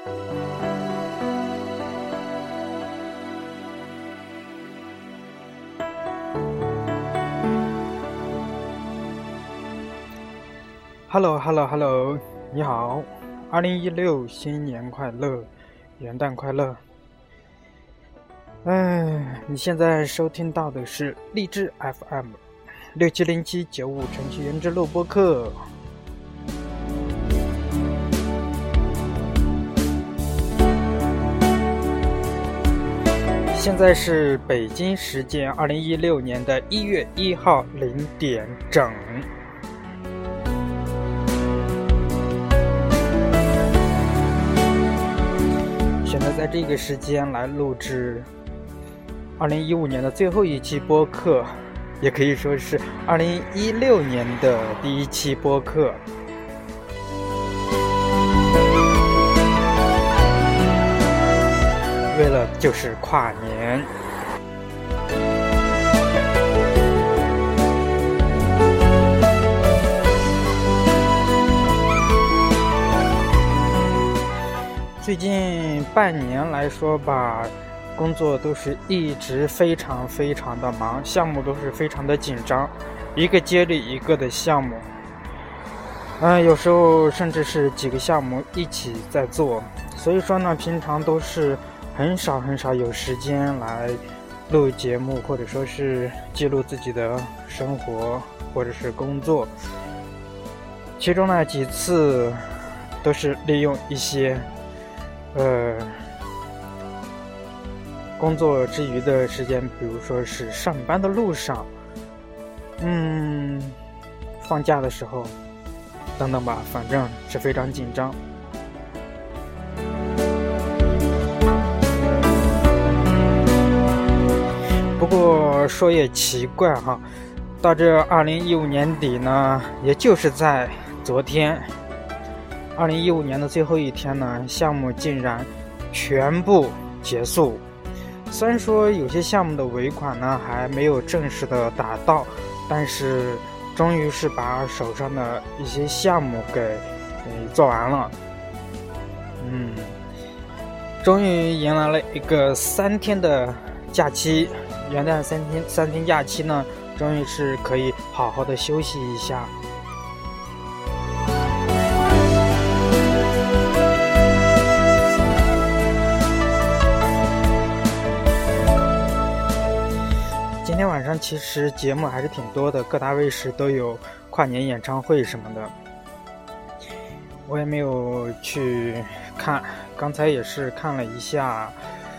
Hello， 你好，2016新年快乐，元旦快乐。你现在收听到的是励志 FM 670795程序员之路播客。现在是北京时间2016年的1月1号0点整。选择在这个时间来录制2015年的最后一期播客，也可以说是2016年的第一期播客。为了就是跨年。最近半年来说吧，工作都是一直非常的忙，项目都是非常的紧张，一个接力一个的项目，有时候甚至是几个项目一起在做，所以说呢，平常都是很少有时间来录节目，或者说是记录自己的生活或者是工作。其中呢几次都是利用一些工作之余的时间，比如说是上班的路上，放假的时候等等吧，反正是非常紧张。不过说也奇怪哈，到这2015年底呢，也就是在昨天2015年的最后一天呢，项目竟然全部结束。虽然说有些项目的尾款呢还没有正式的达到，但是终于是把手上的一些项目给做完了。终于迎来了一个3天的假期，元旦三天假期呢，终于是可以好好的休息一下。今天晚上其实节目还是挺多的，各大卫视都有跨年演唱会什么的，我也没有去看，刚才也是看了一下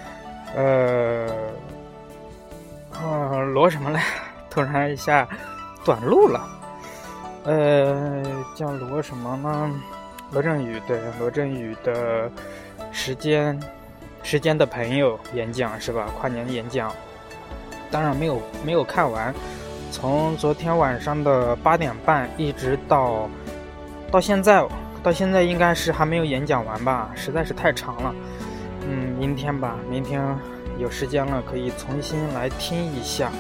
罗什么来，突然一下短路了，叫罗什么呢？罗振宇，对，罗振宇的时间的朋友演讲是吧？跨年演讲，当然没有看完，从昨天晚上的8点半一直到现在应该是还没有演讲完吧，实在是太长了。明天吧，明天有时间了可以重新来听一下。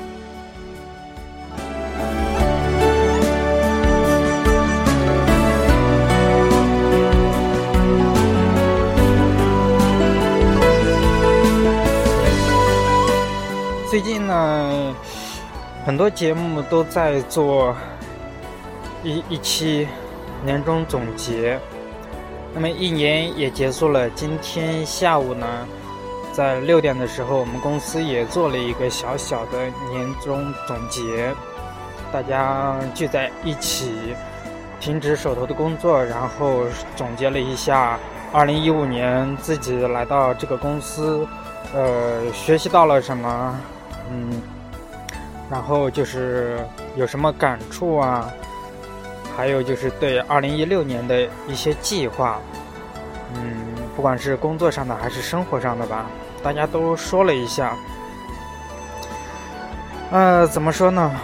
最近呢，很多节目都在做一期年终总结，那么一年也结束了。今天下午呢，在6点的时候，我们公司也做了一个小小的年终总结，大家聚在一起，停止手头的工作，然后总结了一下2015年自己来到这个公司，学习到了什么，然后就是有什么感触啊，还有就是对2016年的一些计划，不管是工作上的还是生活上的吧，大家都说了一下。怎么说呢？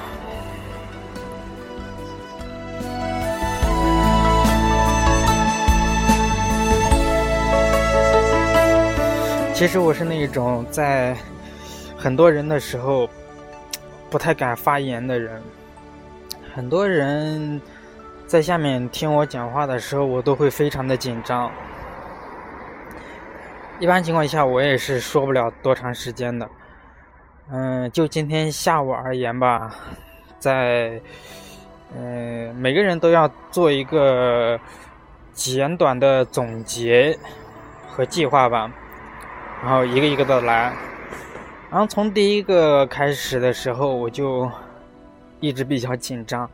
其实我是那种在很多人的时候不太敢发言的人，很多人在下面听我讲话的时候，我都会非常的紧张。 一般情况下我也是说不了多长时间的。就今天下午而言吧，在每个人都要做一个简短的总结和计划吧，然后一个一个的来。然后从第一个开始的时候，我就一直比较紧张。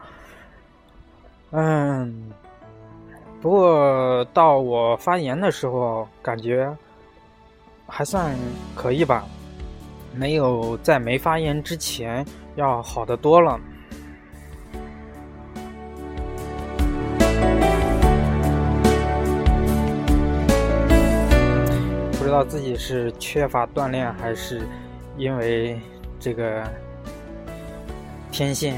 不过到我发言的时候，感觉还算可以吧，没有在没发言之前要好得多了。不知道自己是缺乏锻炼，还是因为这个天性。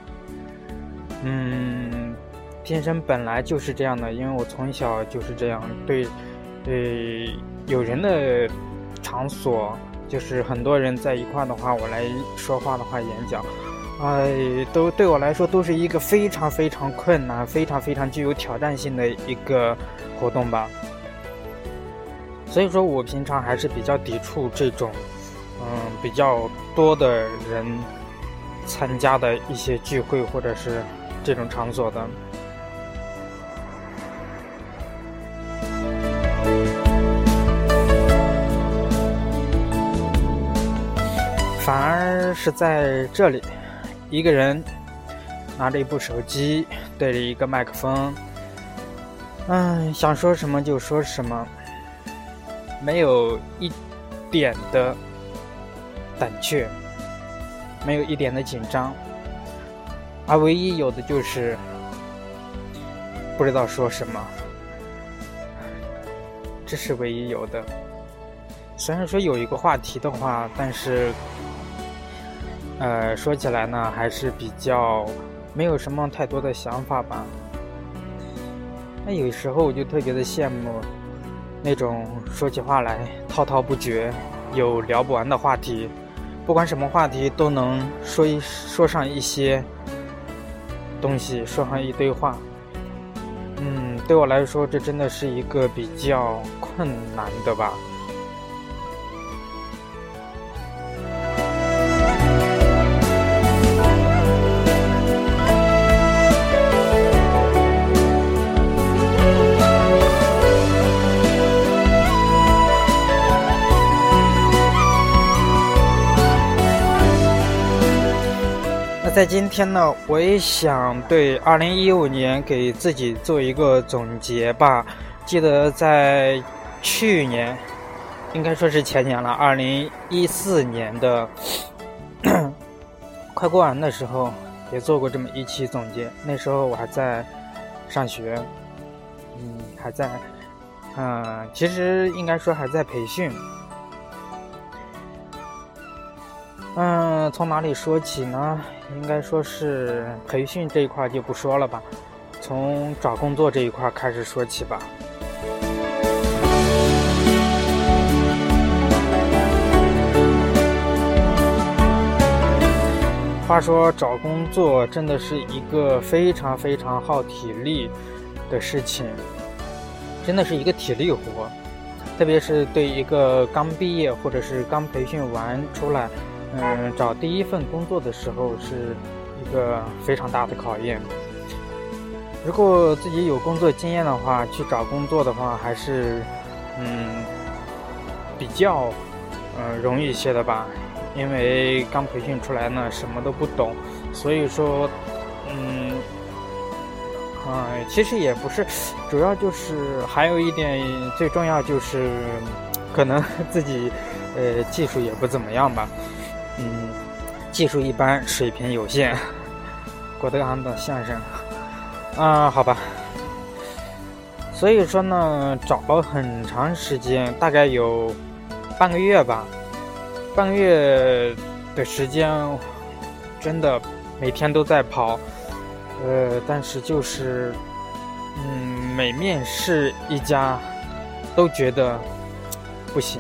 天生本来就是这样的，因为我从小就是这样，对有人的场所，就是很多人在一块的话，我来说话的话，演讲，都对我来说都是一个非常非常困难、非常非常具有挑战性的一个活动吧。所以说我平常还是比较抵触这种比较多的人参加的一些聚会或者是这种场所的。反而是在这里，一个人拿着一部手机，对着一个麦克风，想说什么就说什么，没有一点的胆怯，没有一点的紧张，而唯一有的就是不知道说什么，这是唯一有的。虽然说有一个话题的话，但是说起来呢，还是比较没有什么太多的想法吧。那有时候我就特别的羡慕那种说起话来滔滔不绝，有聊不完的话题，不管什么话题都能说上一些东西，说上一堆话。对我来说，这真的是一个比较困难的吧。在今天呢，我也想对2015年给自己做一个总结吧。记得在去年，应该说是前年了，2014年的快过完的时候，也做过这么一期总结。那时候我还在上学，还在，其实应该说还在培训。从哪里说起呢？应该说是培训这一块就不说了吧，从找工作这一块开始说起吧。话说找工作真的是一个非常非常耗体力的事情，真的是一个体力活，特别是对一个刚毕业或者是刚培训完出来找第一份工作的时候，是一个非常大的考验。如果自己有工作经验的话，去找工作的话还是比较容易一些的吧，因为刚培训出来呢，什么都不懂，所以说其实也不是，主要就是还有一点最重要就是可能自己技术也不怎么样吧。技术一般，水平有限。郭德纲的相声好吧。所以说呢，找了很长时间，大概有半个月吧。半个月的时间，真的每天都在跑。但是就是每面试一家都觉得不行。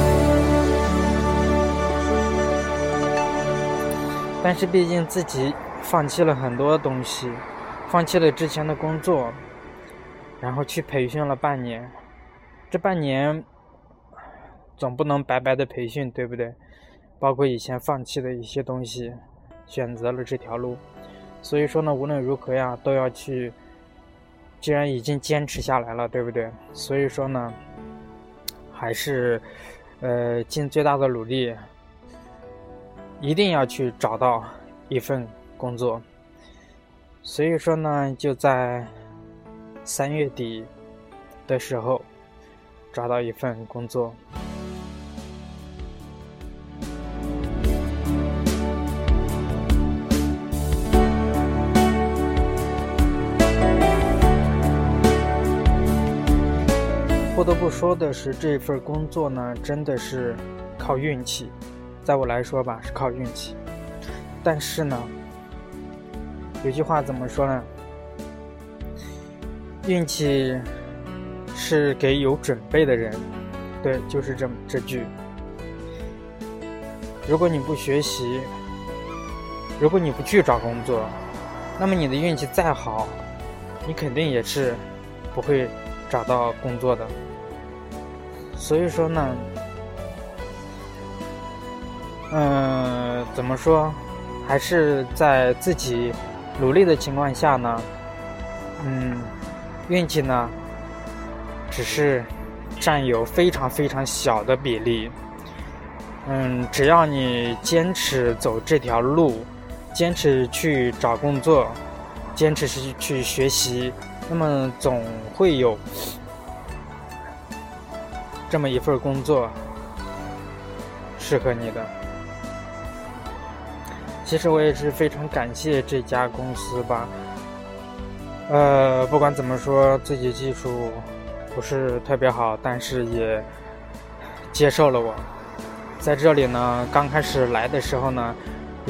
但是毕竟自己放弃了很多东西，放弃了之前的工作，然后去培训了半年。这半年总不能白白的培训，对不对？包括以前放弃的一些东西，选择了这条路。所以说呢，无论如何呀，都要去，既然已经坚持下来了，对不对？所以说呢，还是尽最大的努力，一定要去找到一份工作。所以说呢，就在3月底的时候找到一份工作。不得不说的是，这份工作呢，真的是靠运气，在我来说吧，是靠运气。但是呢，有句话怎么说呢？运气是给有准备的人，对，就是这句。如果你不学习，如果你不去找工作，那么你的运气再好，你肯定也是不会找到工作的。所以说呢，怎么说，还是在自己努力的情况下呢，运气呢只是占有非常非常小的比例。只要你坚持走这条路，坚持去找工作，坚持去学习，那么总会有这么一份工作适合你的。其实我也是非常感谢这家公司吧。不管怎么说，自己技术不是特别好，但是也接受了我。在这里呢，刚开始来的时候呢，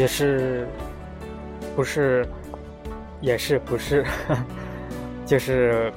就是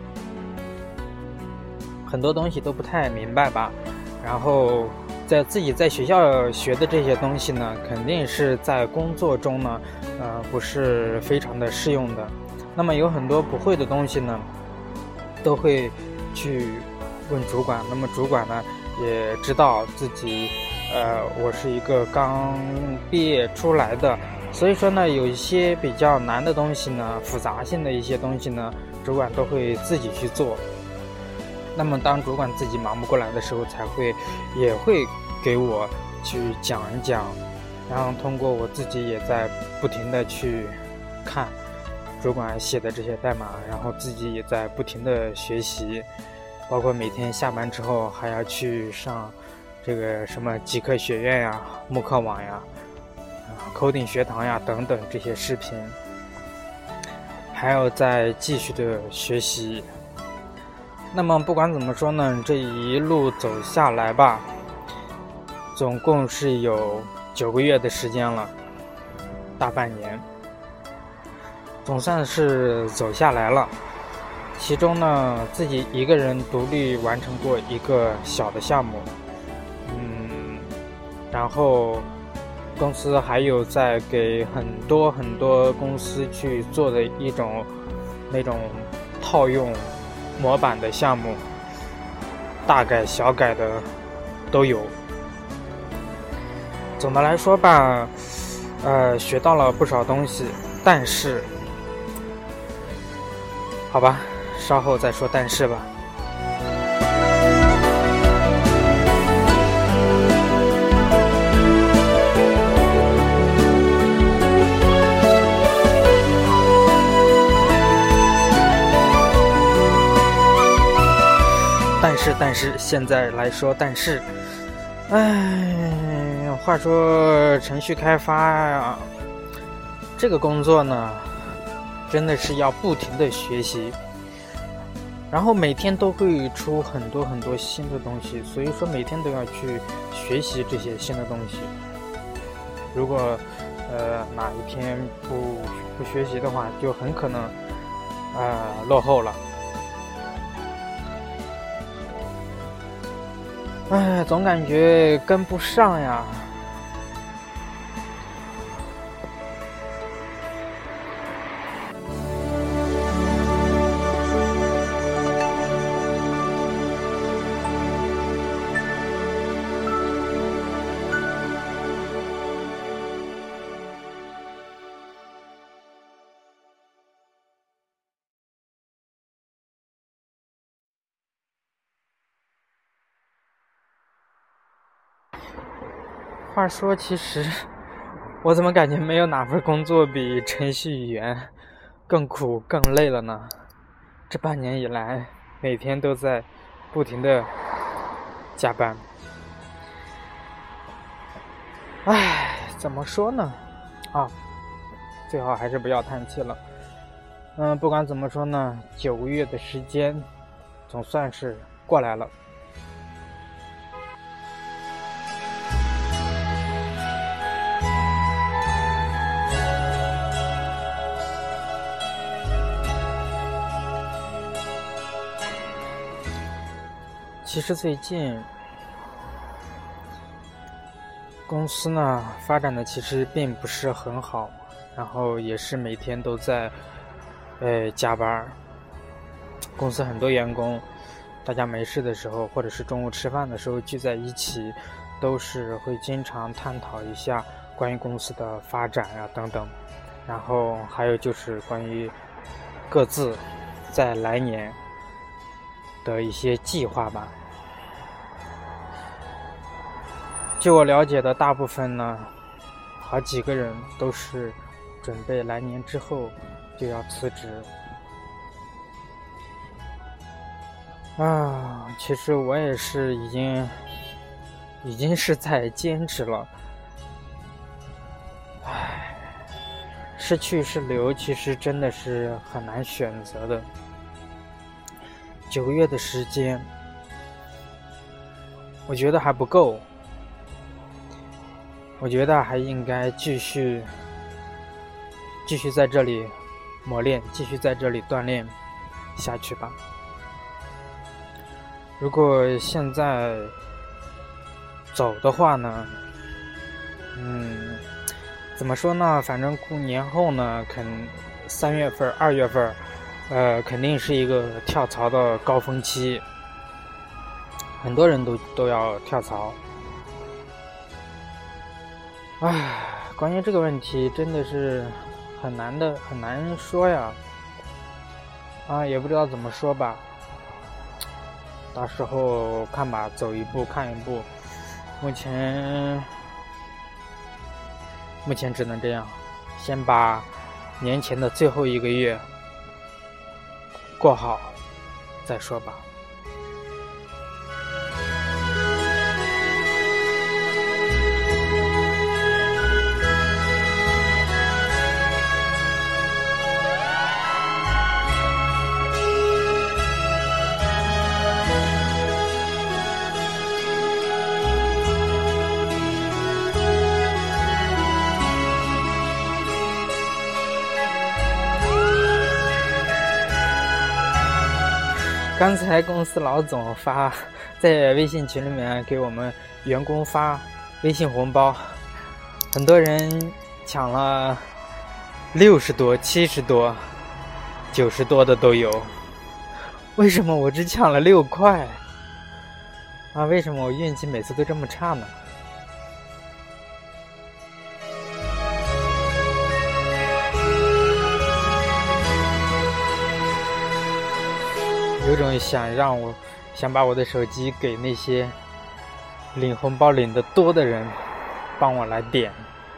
很多东西都不太明白吧。然后自己在学校学的这些东西呢，肯定是在工作中呢，不是非常的适用的。那么有很多不会的东西呢，都会去问主管。那么主管呢，也知道自己，我是一个刚毕业出来的，所以说呢，有一些比较难的东西呢，复杂性的一些东西呢，主管都会自己去做。那么当主管自己忙不过来的时候，也会给我去讲一讲，然后通过我自己也在不停的去看主管写的这些代码，然后自己也在不停的学习，包括每天下班之后还要去上这个什么极客学院呀、慕课网呀、coding 学堂呀等等这些视频，还要再继续的学习。那么不管怎么说呢，这一路走下来吧，总共是有9个月的时间了，大半年，总算是走下来了。其中呢，自己一个人独立完成过一个小的项目，然后公司还有在给很多公司去做的那种套用模板的项目，大改小改的都有。总的来说吧，学到了不少东西，但是好吧，稍后再说但是吧。但是现在来说，话说程序开发呀，这个工作呢，真的是要不停的学习，然后每天都会出很多新的东西，所以说每天都要去学习这些新的东西。如果哪一天不学习的话，就很可能落后了。总感觉跟不上呀。 话说，其实我怎么感觉没有哪份工作比程序员更苦更累了呢？这半年以来，每天都在不停的加班。唉，怎么说呢？最好还是不要叹气了。不管怎么说呢，9个月的时间总算是过来了。其实最近公司呢发展的其实并不是很好，然后也是每天都在加班。公司很多员工大家没事的时候或者是中午吃饭的时候聚在一起，都是会经常探讨一下关于公司的发展啊等等，然后还有就是关于各自在来年的一些计划吧。据我了解的，大部分呢，好几个人都是准备来年之后就要辞职。其实我也是已经是在坚持了。是去是留，其实真的是很难选择的。9个月的时间，我觉得还不够。我觉得还应该继续在这里磨练，继续在这里锻炼下去吧。如果现在走的话呢，怎么说呢？反正过年后呢，3月份、2月份，肯定是一个跳槽的高峰期，很多人都要跳槽。关于这个问题真的是很难说呀。也不知道怎么说吧。到时候看吧，走一步看一步。目前只能这样，先把年前的最后1个月过好再说吧。刚才公司老总在微信群里面给我们员工发微信红包，很多人抢了60多、70多、90多的都有。为什么我只抢了6块？为什么我运气每次都这么差呢？有种想把我的手机给那些领红包领得多的人帮我来点。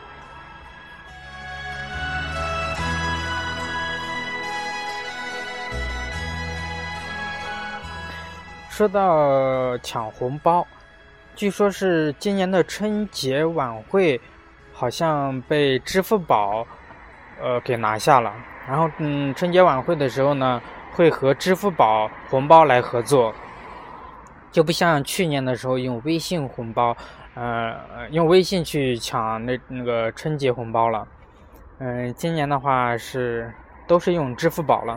说到抢红包，据说是今年的春节晚会好像被支付宝给拿下了，然后春节晚会的时候呢会和支付宝红包来合作，就不像去年的时候用微信红包，用微信去抢那个春节红包了。今年的话都是用支付宝了。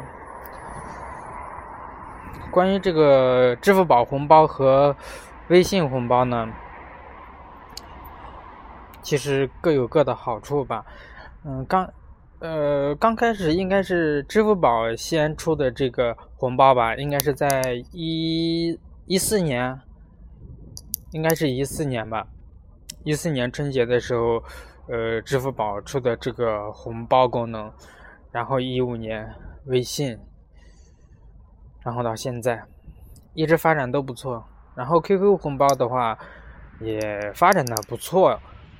关于这个支付宝红包和微信红包呢，其实各有各的好处吧。刚开始应该是支付宝先出的这个红包吧，应该是在14年，应该是14年吧。14年春节的时候，支付宝出的这个红包功能，然后15年微信，然后到现在一直发展都不错。然后 QQ 红包的话也发展的不错，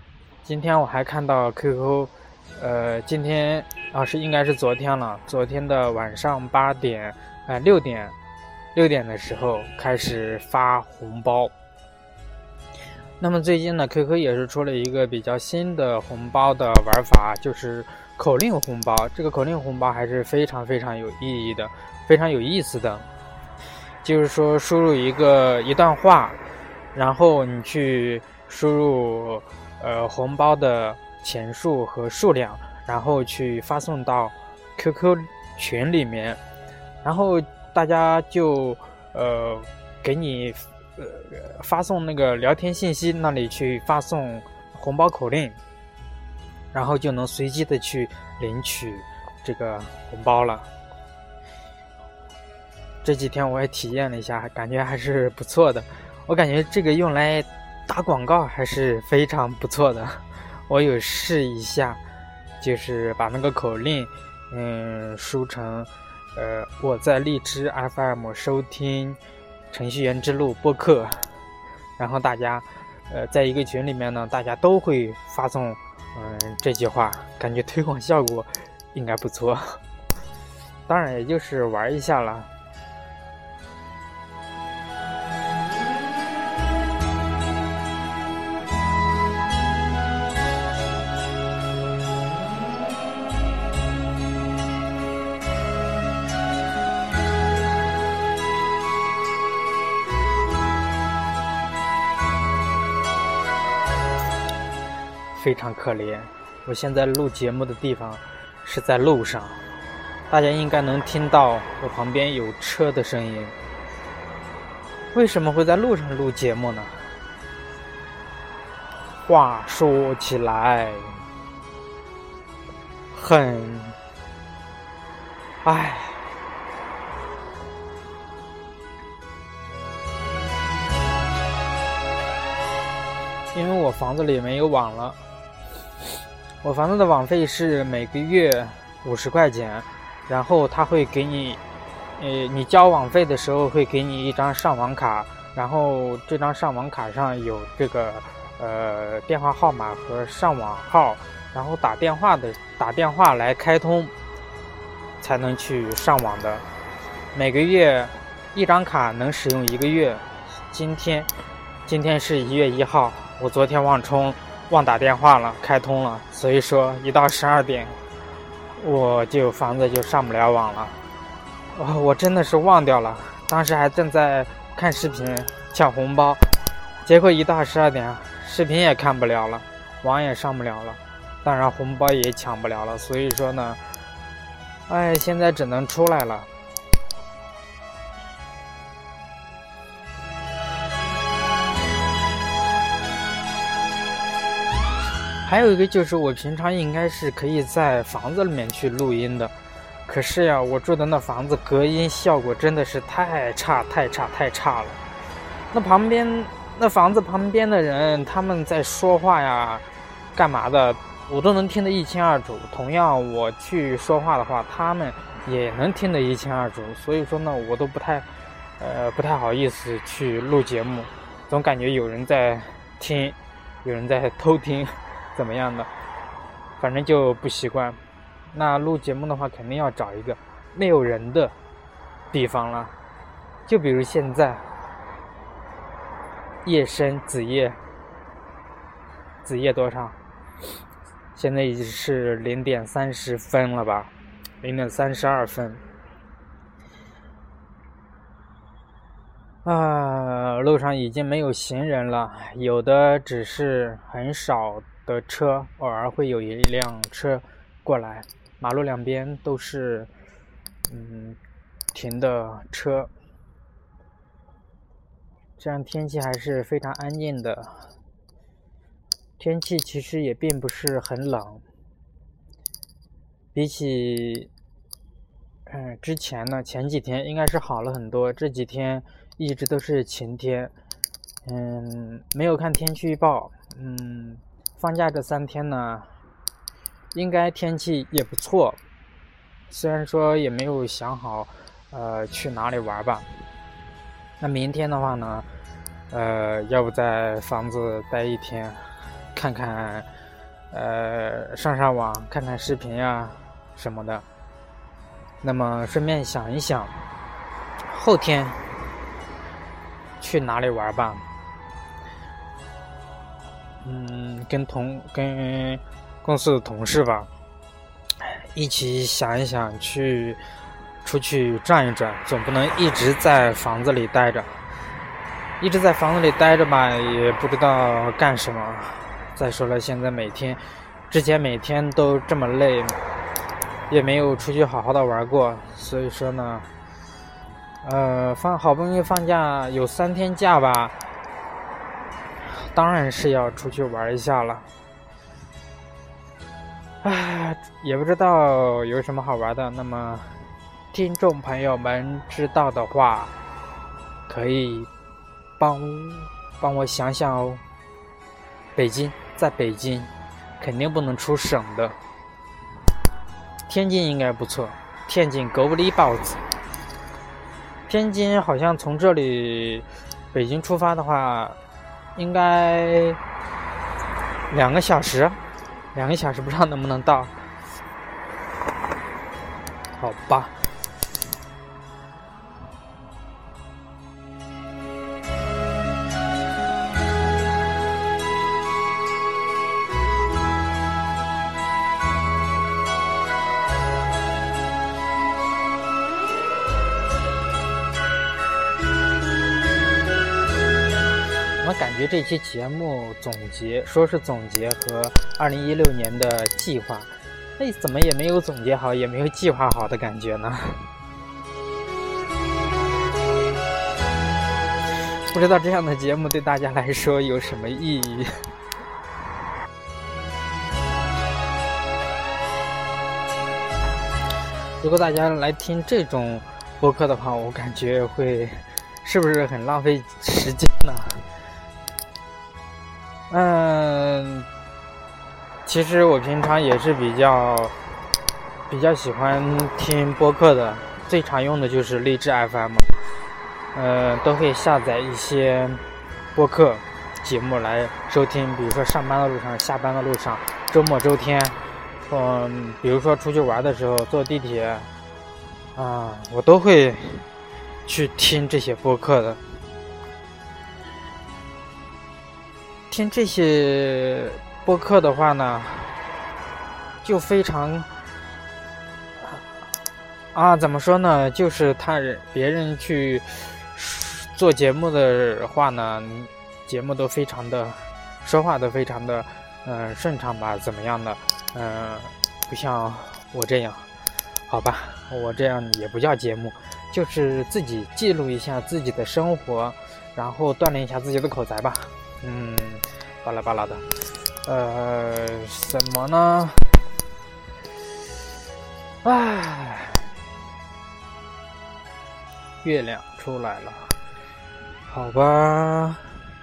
今天我还看到 QQ，今天应该是昨天了，昨天的晚上6点的时候开始发红包。那么最近呢 QQ 也是出了一个比较新的红包的玩法，就是口令红包。这个口令红包还是非常非常有意义的，非常有意思的。就是说输入一段话，然后你去输入红包的钱数和数量，然后去发送到 QQ 群里面，然后大家就给你发送那个聊天信息，那里去发送红包口令，然后就能随机的去领取这个红包了。这几天我也体验了一下，感觉还是不错的。我感觉这个用来打广告还是非常不错的。我有试一下，就是把那个口令输成我在荔枝 FM 收听程序员之路播客，然后大家在一个群里面呢，大家都会发送这句话，感觉推广效果应该不错。当然也就是玩一下了。非常可怜，我现在录节目的地方是在路上，大家应该能听到我旁边有车的声音。为什么会在路上录节目呢？话说起来很因为我房子里没有网了。我房子的网费是每个月50块钱，然后他会给你你交网费的时候会给你一张上网卡，然后这张上网卡上有这个电话号码和上网号，然后打电话来开通才能去上网的。每个月一张卡能使用1个月。今天是1月1号，我昨天忘打电话了，开通了，所以说一到12点房子就上不了网了。我真的是忘掉了，当时还正在看视频抢红包，结果一到12点视频也看不了了，网也上不了了，当然红包也抢不了了。所以说呢现在只能出来了。还有一个就是我平常应该是可以在房子里面去录音的，可是呀，我住的那房子隔音效果真的是太差了。那房子旁边的人他们在说话呀干嘛的，我都能听得一清二楚。同样我去说话的话，他们也能听得一清二楚。所以说呢，我都不太好意思去录节目，总感觉有人在听，有人在偷听怎么样的，反正就不习惯。那录节目的话肯定要找一个没有人的地方了，就比如现在夜深子夜多少？现在已经是0点30分了吧，0点32分。路上已经没有行人了，有的只是很少的车，偶尔会有一辆车过来，马路两边都是停的车，这样天气还是非常安静的。天气其实也并不是很冷，比起之前呢，前几天应该是好了很多，这几天一直都是晴天。没有看天气预报，放假这3天呢应该天气也不错，虽然说也没有想好去哪里玩吧。那明天的话呢要不在房子待一天，看看上网看看视频啊什么的。那么顺便想一想，后天去哪里玩吧？跟公司的同事吧，一起想一想出去转一转，总不能一直在房子里待着。一直在房子里待着吧，也不知道干什么。再说了，现在之前每天都这么累，也没有出去好好的玩过。所以说呢，好不容易放假有3天假吧，当然是要出去玩一下了。也不知道有什么好玩的。那么听众朋友们知道的话，可以帮我想想哦。在北京肯定不能出省的，天津应该不错，天津狗不理包子。天津好像从这里北京出发的话应该2个小时不知道能不能到。好吧，我感觉这期节目说是总结和2016年的计划，怎么也没有总结好，也没有计划好的感觉呢？不知道这样的节目对大家来说有什么意义？如果大家来听这种播客的话，我感觉是不是很浪费时间呢？其实我平常也是比较喜欢听播客的，最常用的就是荔枝 FM，都会下载一些播客节目来收听，比如说上班的路上、下班的路上、周末周天，比如说出去玩的时候坐地铁我都会去听这些播客的。听这些播客的话呢，就非常怎么说呢，就是别人去做节目的话呢，节目都非常的说话都非常的顺畅吧，怎么样的不像我这样。好吧，我这样也不叫节目，就是自己记录一下自己的生活，然后锻炼一下自己的口才吧。巴拉巴拉的，什么呢？月亮出来了，好吧。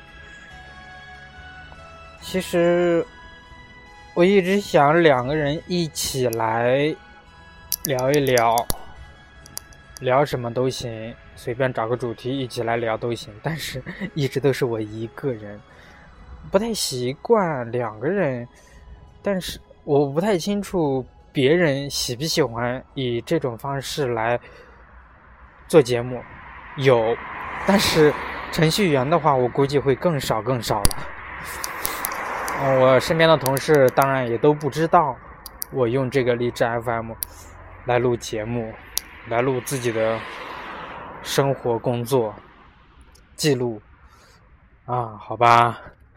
其实我一直想2个人一起来聊一聊什么都行，随便找个主题一起来聊都行，但是一直都是我一个人，不太习惯2个人。但是我不太清楚别人喜不喜欢以这种方式来做节目，但是程序员的话我估计会更少了。我身边的同事当然也都不知道我用这个荔枝 FM 来录节目，来录自己的生活工作记录好吧。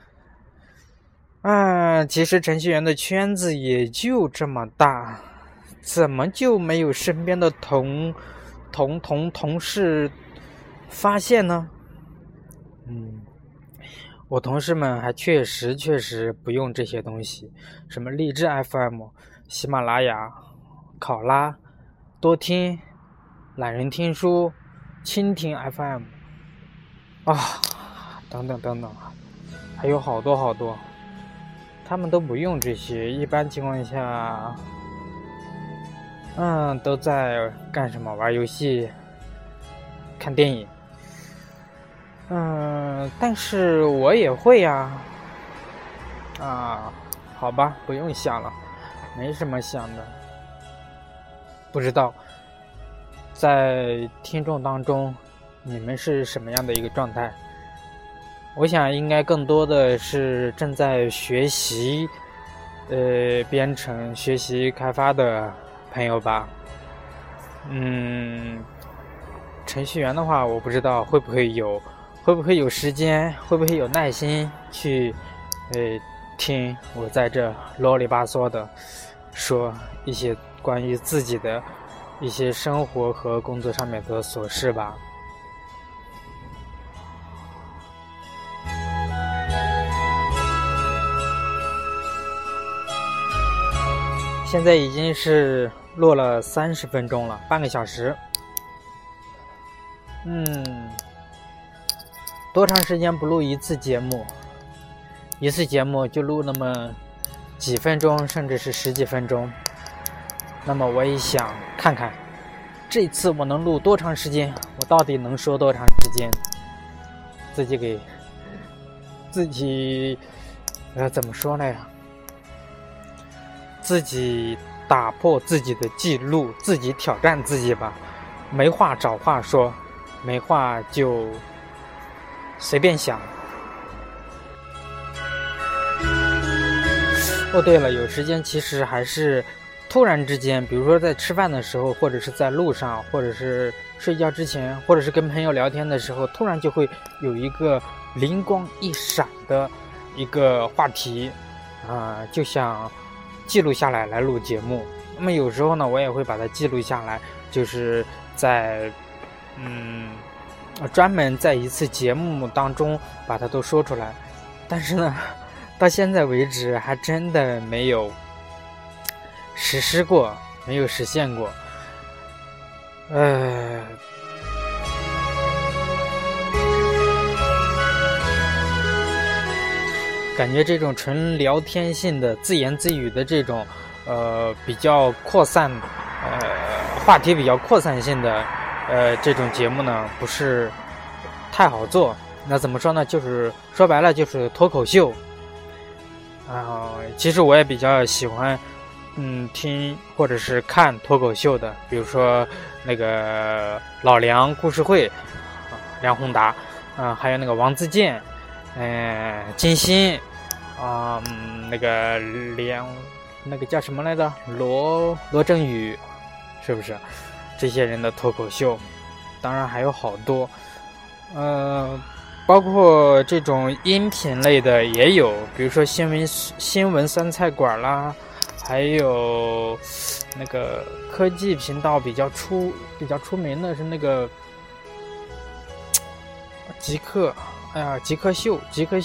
其实程序员的圈子也就这么大，怎么就没有身边的同事发现呢？我同事们还确实不用这些东西，什么荔枝 FM、喜马拉雅、考拉、多听、懒人听书、蜻蜓 FM 等等，还有好多，他们都不用这些。一般情况下都在干什么？玩游戏、看电影。但是我也会好好吧，不用想了，没什么想的。不知道在听众当中你们是什么样的一个状态？我想应该更多的是正在学习编程、学习开发的朋友吧。程序员的话，我不知道会不会有时间，会不会有耐心去听我在这啰里吧嗦的说一些关于自己的一些生活和工作上面的琐事吧。现在已经是录了30分钟了，半个小时。多长时间不录一次节目？一次节目就录那么几分钟，甚至是10几分钟。那么我也想看看这次我能录多长时间，我到底能说多长时间，自己怎么说呢呀？自己打破自己的记录，自己挑战自己吧。没话找话说，没话就随便想。对了，有时间其实还是突然之间，比如说在吃饭的时候，或者是在路上，或者是睡觉之前，或者是跟朋友聊天的时候，突然就会有一个灵光一闪的一个话题就想记录下来录节目。那么有时候呢，我也会把它记录下来，就是在专门在一次节目当中把它都说出来。但是呢，到现在为止还真的没有实施过，没有实现过。感觉这种纯聊天性的自言自语的这种比较扩散话题比较扩散性的这种节目呢，不是太好做。那怎么说呢，就是说白了就是脱口秀。其实我也比较喜欢听或者是看脱口秀的，比如说那个老梁故事会，梁宏达，还有那个王自健，金星，那个那个叫什么来着，罗振宇，是不是？这些人的脱口秀，当然还有好多，包括这种音频类的也有，比如说新闻酸菜馆啦，还有那个科技频道比较出名的是那个极客秀，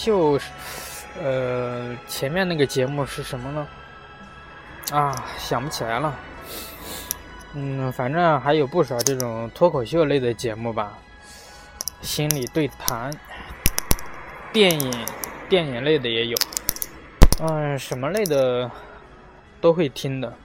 前面那个节目是什么呢？想不起来了。反正还有不少这种脱口秀类的节目吧，心理对谈，电影类的也有，什么类的都会听的。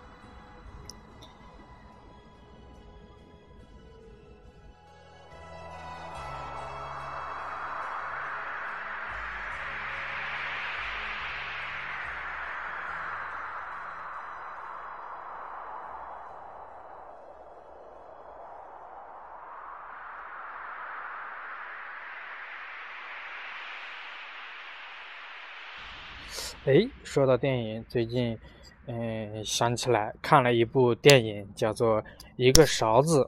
说到电影，最近想起来看了一部电影，叫做《一个勺子》。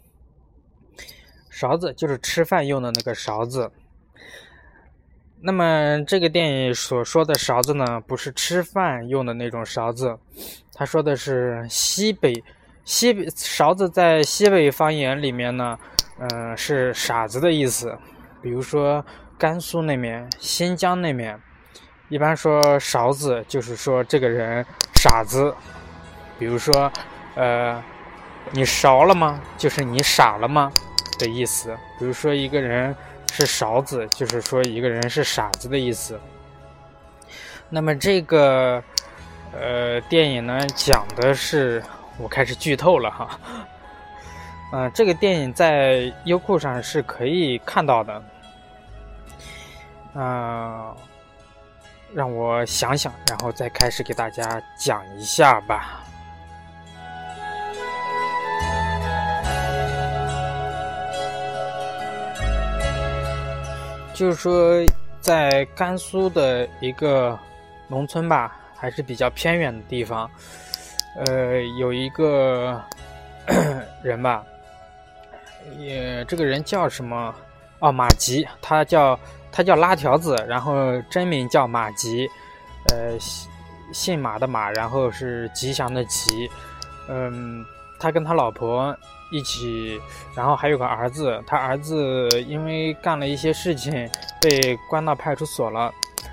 勺子就是吃饭用的那个勺子。那么这个电影所说的勺子呢，不是吃饭用的那种勺子，他说的是西北勺子，在西北方言里面呢，是傻子的意思。比如说甘肃那边、新疆那边，一般说勺子就是说这个人傻子。比如说你勺了吗，就是你傻了吗的意思。比如说一个人是勺子，就是说一个人是傻子的意思。那么这个电影呢，讲的是，我开始剧透了哈。这个电影在优酷上是可以看到的。 让我想想，然后再开始给大家讲一下吧。就是说在甘肃的一个农村吧，还是比较偏远的地方，有一个人吧，这个人叫什么？马吉，他叫拉条子，然后真名叫马吉，姓马的马，然后是吉祥的吉。他跟他老婆一起，然后还有个儿子，他儿子因为干了一些事情被关到派出所了，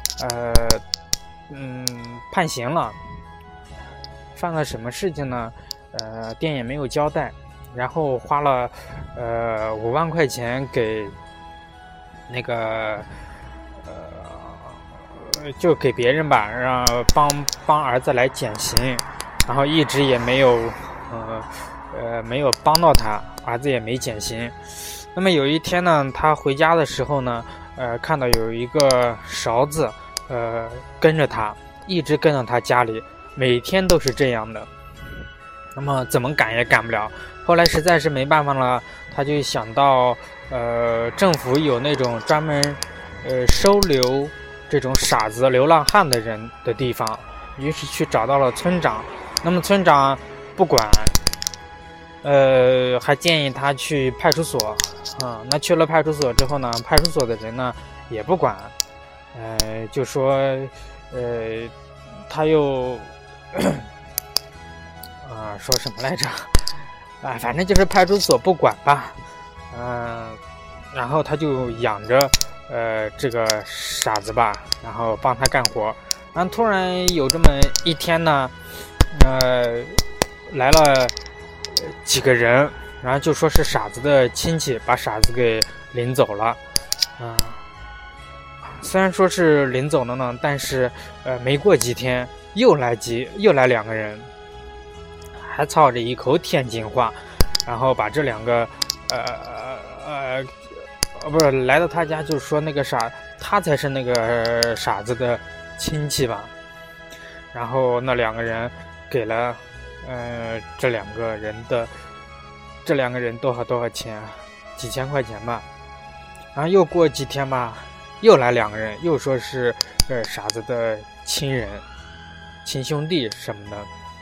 判刑了。犯了什么事情呢？店也没有交代，然后花了5万块钱给那个就给别人吧，让帮儿子来减刑，然后一直也没有没有帮到他，儿子也没减刑。那么有一天呢，他回家的时候呢，看到有一个勺子跟着他，一直跟到他家里，每天都是这样的。那么怎么赶也赶不了，后来实在是没办法了，他就想到政府有那种专门收留这种傻子流浪汉的人的地方，于是去找到了村长。那么村长不管，还建议他去派出所那去了派出所之后呢，派出所的人呢也不管，就说他又说什么来着？反正就是派出所不管吧。然后他就养着这个傻子吧，然后帮他干活。然后突然有这么一天呢，来了几个人，然后就说是傻子的亲戚把傻子给领走了。虽然说是领走了呢，但是没过几天又来2个人，还操着一口天津话，然后把这2个不是来到他家，就说那个他才是那个傻子的亲戚吧。然后那2个人给了这2个人多少钱，几千块钱吧。然后又过几天吧，又来2个人，又说是傻子的亲人、亲兄弟什么的。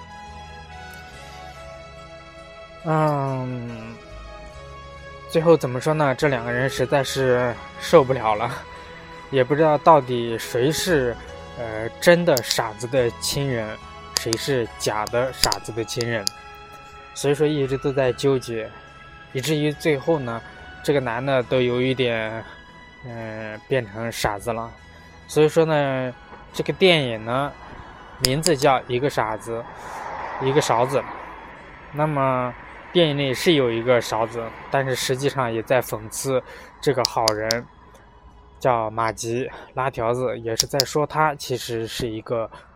最后怎么说呢？这2个人实在是受不了了，也不知道到底谁是真的傻子的亲人，谁是假的傻子的亲人，所以说一直都在纠结，以至于最后呢，这个男的都有一点变成傻子了。所以说呢，这个电影呢名字叫一个傻子一个勺子。那么电影里是有一个勺子，但是实际上也在讽刺这个好人叫马吉拉条子，也是在说他其实是一个